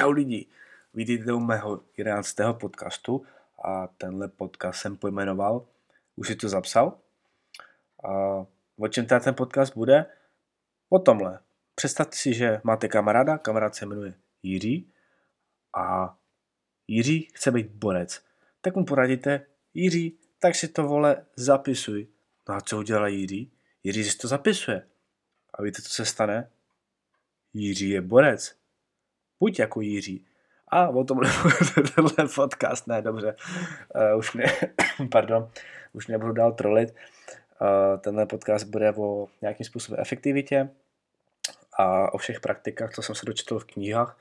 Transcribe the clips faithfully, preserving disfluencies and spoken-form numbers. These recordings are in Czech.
Čau lidi, vítejte u mého jedenáctého podcastu a tenhle podcast jsem pojmenoval, už si to zapsal. A o čem ten podcast bude? O tomhle. Představte si, že máte kamaráda, kamarád se jmenuje Jiří a Jiří chce být borec. Tak mu poradíte, Jiří, tak si to vole zapisuj. No a co udělá Jiří? Jiří si to zapisuje. A víte, co se stane? Jiří je borec. Buď jako Jiří. A o tom tenhle podcast, ne, dobře, uh, už ne, pardon, už nebudu dál trolit. Uh, tenhle podcast bude o nějakým způsobem efektivitě a o všech praktikách, co jsem se dočetl v knihách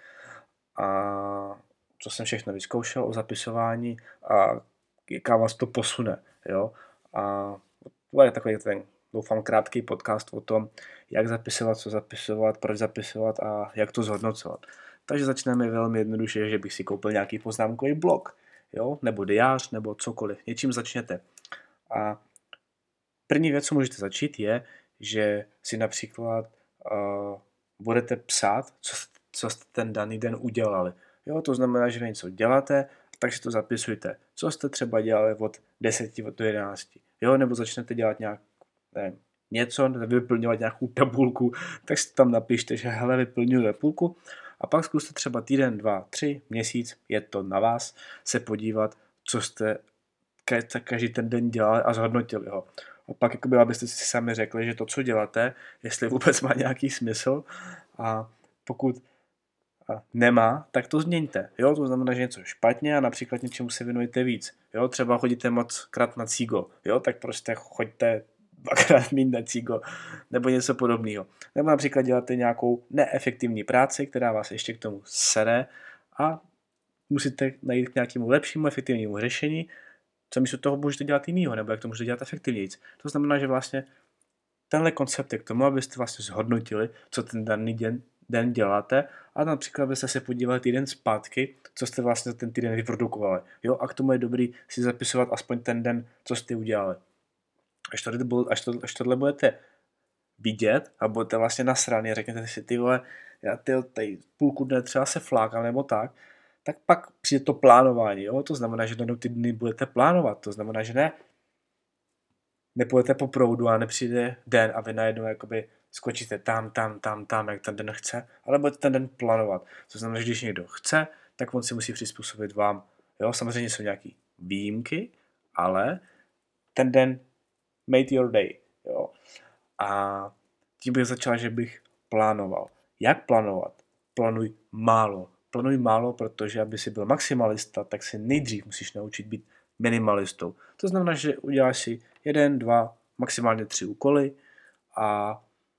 a co jsem všechno vyzkoušel o zapisování a kam vás to posune, jo. A to je takový ten, doufám, krátký podcast o tom, jak zapisovat, co zapisovat, proč zapisovat a jak to zhodnocovat. Takže začneme velmi jednoduše, že bych si koupil nějaký poznámkový blok, jo, nebo diář, nebo cokoliv, něčím začněte. A první věc, co můžete začít, je, že si například uh, budete psát, co, co jste ten daný den udělali. Jo, to znamená, že vy něco děláte, tak si to zapisujte. Co jste třeba dělali od deseti do jedenácti, jo, nebo začnete dělat nějak, nevím, něco, vyplňovat nějakou tabulku, tak si tam napište, že hele, vyplňuji tabulku. A pak zkuste třeba týden, dva, tři, měsíc, je to na vás, se podívat, co jste každý ten den dělali a zhodnotili ho. A pak, jakoby, abyste si sami řekli, že to, co děláte, jestli vůbec má nějaký smysl a pokud nemá, tak to změňte. Jo? To znamená, že něco špatně a například něčemu se věnujete víc. Jo? Třeba chodíte moc krát na cígo, jo? Tak prostě choďte dvakrát mít na cígo, nebo něco podobného. Nebo například děláte nějakou neefektivní práci, která vás ještě k tomu sere a musíte najít k nějakému lepšímu efektivnímu řešení, co místo toho můžete dělat jinýho, nebo jak to můžete dělat efektivněji. To znamená, že vlastně tenhle koncept je k tomu, abyste vlastně zhodnotili, co ten daný den, den děláte a například byste se podívali týden zpátky, co jste vlastně ten týden vyprodukovali. Jo? A k tomu je dobrý si zapisovat aspoň ten den, co jste udělali. Až, tady, až, to, až tohle budete vidět a budete vlastně nasraný a řeknete si, ty vole, já ty, tady půlku dne třeba se flákám nebo tak, tak pak přijde to plánování, jo? To znamená, že najednou ty dny budete plánovat, to znamená, že ne, nepůjdete po proudu a nepřijde den a vy najednou jakoby skočíte tam, tam, tam, tam, jak ten den chce, ale budete ten den plánovat. To znamená, že když někdo chce, tak on si musí přizpůsobit vám, jo? Samozřejmě jsou nějaké výjimky, ale ten den made your day, jo. A tím bych začal, že bych plánoval. Jak plánovat? Plánuj málo. Plánuj málo, protože aby si byl maximalista, tak si nejdřív musíš naučit být minimalistou. To znamená, že uděláš si jeden, dva, maximálně tři úkoly a,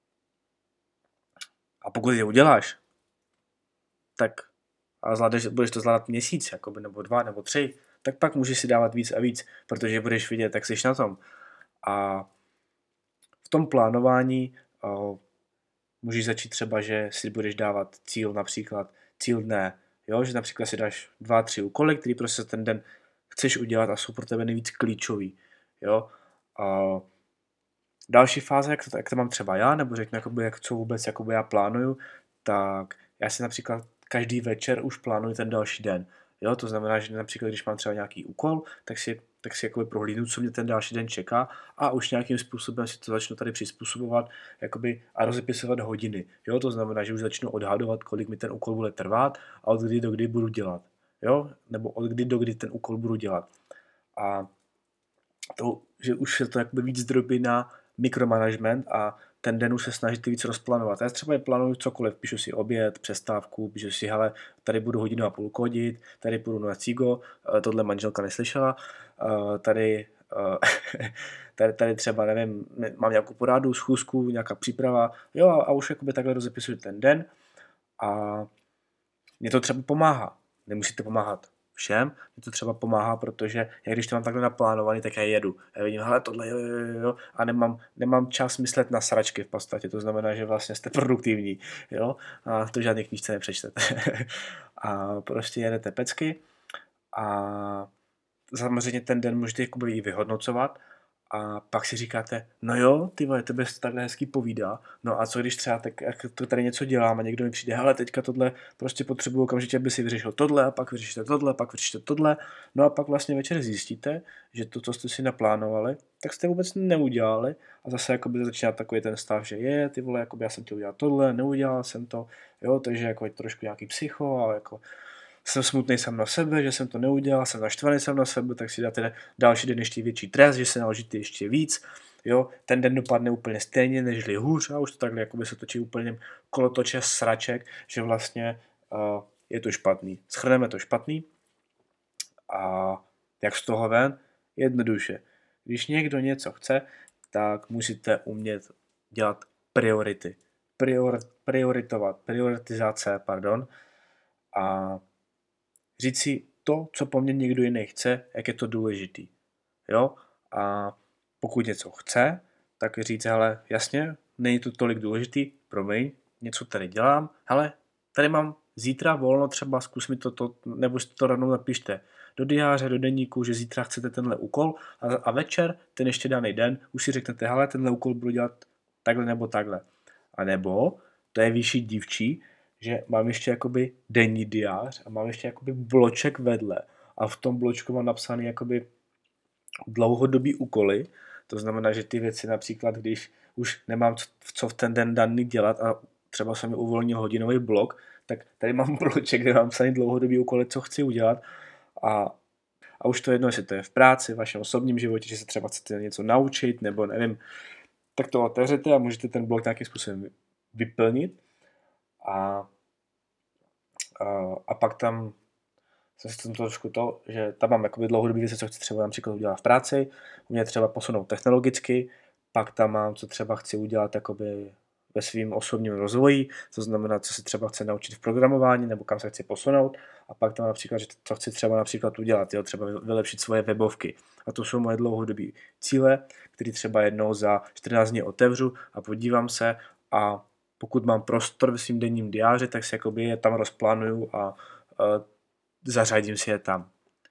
a pokud je uděláš, tak a zvládeš, budeš to zvládat měsíc, jakoby, nebo dva, nebo tři, tak pak můžeš si dávat víc a víc, protože budeš vidět, jak jsi na tom. A v tom plánování uh, můžeš začít třeba, že si budeš dávat cíl, například cíl dne, jo? Že například si dáš dva, tři úkoly, který prostě ten den chceš udělat a jsou pro tebe nejvíc klíčový. Jo? Uh, další fáze, jak to, jak to mám třeba já, nebo řeknu, jakoby, jak co vůbec jakoby já plánuju, tak já si například každý večer už plánuju ten další den. Jo? To znamená, že například, když mám třeba nějaký úkol, tak si tak si jakoby prohlídnu, co mě ten další den čeká a už nějakým způsobem si to začnu tady přizpůsobovat jakoby, a rozepisovat hodiny. Jo? To znamená, že už začnu odhadovat, kolik mi ten úkol bude trvat a od kdy do kdy budu dělat. Jo? Nebo od kdy do kdy ten úkol budu dělat. A to, že už se to jakoby víc drobí na mikromanagement a ten den už se snažíte víc rozplánovat. Já třeba je plánuju cokoliv, píšu si oběd, přestávku, píšu si, hele, tady budu hodinu a půl kodit, tady půjdu na cígo, tohle manželka neslyšela, tady, tady, tady třeba, nevím, mám nějakou porádu, schůzku, nějaká příprava, jo, a už jakoby takhle rozepisuju ten den a mě to třeba pomáhá. Nemusíte pomáhat všem, mě to třeba pomáhá, protože já když to mám takhle naplánovaný, tak já jedu. Já vidím, hele, tohle jo, jo, jo, a nemám, nemám čas myslet na sračky v podstatě, to znamená, že vlastně jste produktivní, jo, a to žádný knížce nepřečtete. A prostě jedete pecky a samozřejmě ten den můžete jakoby i vyhodnocovat A pak si říkáte, no jo, ty vole, tebe se takhle hezky povídá, no a co když třeba tak, jak to tady něco dělám a někdo mi přijde, hele, teďka tohle prostě potřebuju okamžitě, aby si vyřešil tohle a pak vyřešíte tohle, pak vyřešíte tohle, no a pak vlastně večer zjistíte, že to, co jste si naplánovali, tak jste vůbec neudělali a zase jakoby začíná takový ten stav, že je, ty vole, jakoby já jsem chtěl udělat tohle, neudělal jsem to, jo, takže jako je trošku nějaký psycho, ale jako jsem smutný sám na sebe, že jsem to neudělal, jsem naštvaný sám na sebe, tak si dáte další den ještě větší trest, že se naložíte ještě víc, jo, ten den dopadne úplně stejně, nežli hůř a už to takhle jakoby se točí úplně kolotoče sraček, že vlastně uh, je to špatný. Shrneme to špatný a jak z toho ven? Jednoduše. Když někdo něco chce, tak musíte umět dělat priority. Prior, prioritovat, prioritizace, pardon, a říct si to, co po mně někdo jiný chce, jak je to důležitý. Jo? A pokud něco chce, tak říct, hele, jasně, není to tolik důležitý, promiň, něco tady dělám, hele, tady mám zítra volno, třeba zkus mi to, to nebo si to rovnou napište do diáře, do deníku, že zítra chcete tenhle úkol a, a večer, ten ještě daný den, už si řeknete, hele, tenhle úkol budu dělat takhle nebo takhle. A nebo, to je vyšší dívčí, že mám ještě jakoby denní diář a mám ještě jakoby bloček vedle a v tom bločku mám napsaný jakoby dlouhodobý úkoly, to znamená, že ty věci například, když už nemám co v ten den daný dělat a třeba se mi uvolnil hodinový blok, tak tady mám bloček, kde mám psaný dlouhodobý úkoly, co chci udělat a, a už to jedno, jestli to je v práci, v vašem osobním životě, že se třeba chcete něco naučit, nebo nevím, tak to otevřete a můžete ten blok nějakým způsobem vyplnit a, a, a pak tam jsem si to trošku to, že tam mám jakoby dlouhodobý věci, co chci třeba například udělat v práci, mě třeba posunout technologicky, pak tam mám, co třeba chci udělat jakoby ve svým osobním rozvoji, to znamená, co se třeba chci naučit v programování, nebo kam se chci posunout, a pak tam například, že co chci třeba například udělat, jo, třeba vylepšit svoje webovky. A to jsou moje dlouhodobé cíle, které třeba jednou za čtrnáct dní otevřu a podívám se a pokud mám prostor ve svým denním diáři, tak si jakoby je tam rozplánuju a, a zařadím si je tam.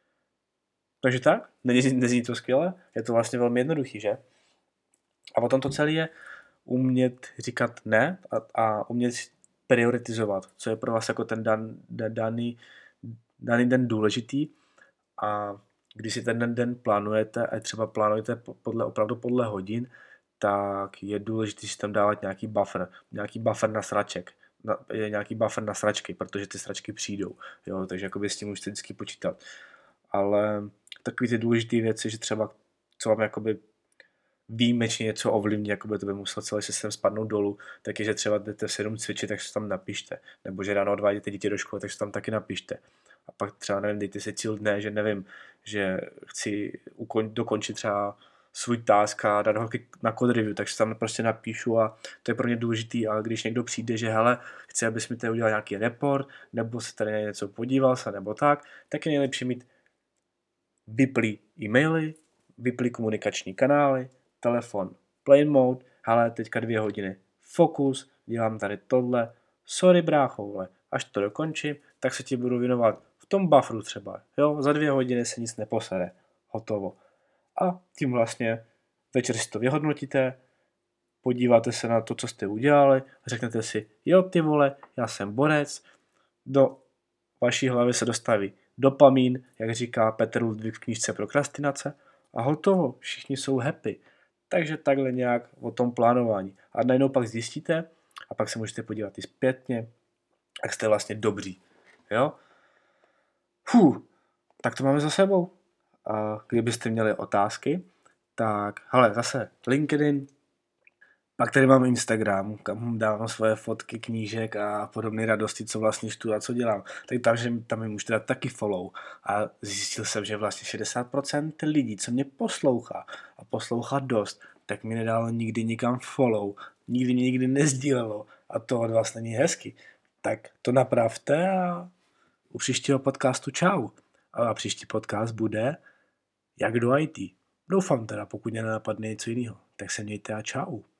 Takže tak, nezní, nezní to skvěle, je to vlastně velmi jednoduchý, že? A potom to celé je umět říkat ne a, a umět prioritizovat, co je pro vás jako ten dan, daný, daný den důležitý a když si ten den plánujete a třeba plánujete podle, opravdu podle hodin, tak je důležité si tam dávat nějaký buffer, nějaký buffer na sraček, na, je nějaký buffer na sračky, protože ty sračky přijdou, jo, takže jakoby s tím můžete vždycky počítat. Ale takový ty důležité věci, že třeba co vám jakoby výjimečně něco ovlivní, jako by to by musel celý systém spadnout dolů, tak je, že třeba jdete v sedm cvičit, tak se tam napište. Nebo že ráno odvádíte dítě do školy, tak se tam taky napište. A pak třeba, nevím, dejte si cíl dne, že nevím, že chci ukon- dokončit třeba svůj task a dát ho na code review, takže tam prostě napíšu a to je pro mě důležitý. A když někdo přijde, že hele, chci, abys mi tady udělal nějaký report, nebo se tady na něco podíval se, nebo tak, tak je nejlepší mít vyplý e-maily, vyplý komunikační kanály, telefon, plane mode, hele, teďka dvě hodiny, fokus, dělám tady tohle, sorry bráchoule, až to dokončím, tak se ti budu věnovat v tom bufferu třeba, jo, za dvě hodiny se nic neposede, hotovo. A tím vlastně večer si to vyhodnotíte, podíváte se na to, co jste udělali, řeknete si, jo ty vole, já jsem borec, do vaší hlavy se dostaví dopamin, jak říká Petr Ludvík v knížce Prokrastinace, a hotovo, všichni jsou happy. Takže takhle nějak o tom plánování. A najednou pak zjistíte, a pak se můžete podívat i zpětně, jak jste vlastně dobří. Jo? Fuh, tak to máme za sebou. A kdybyste měli otázky, tak hele, zase LinkedIn, pak tady mám Instagram, kam dávám svoje fotky, knížek a podobné radosti, co vlastně čtu a co dělám. Tak tam, že tam mi můžete dát taky follow. A zjistil jsem, že vlastně šedesát procent lidí, co mě poslouchá a poslouchá dost, tak mi nedalo nikdy nikam follow, nikdy mě nikdy nezdílelo a to od vás není hezky. Tak to napravte a u příštího podcastu čau. A příští podcast bude jak do í té. Doufám teda, pokud mě nenapadne něco jiného. Tak se mějte a čau.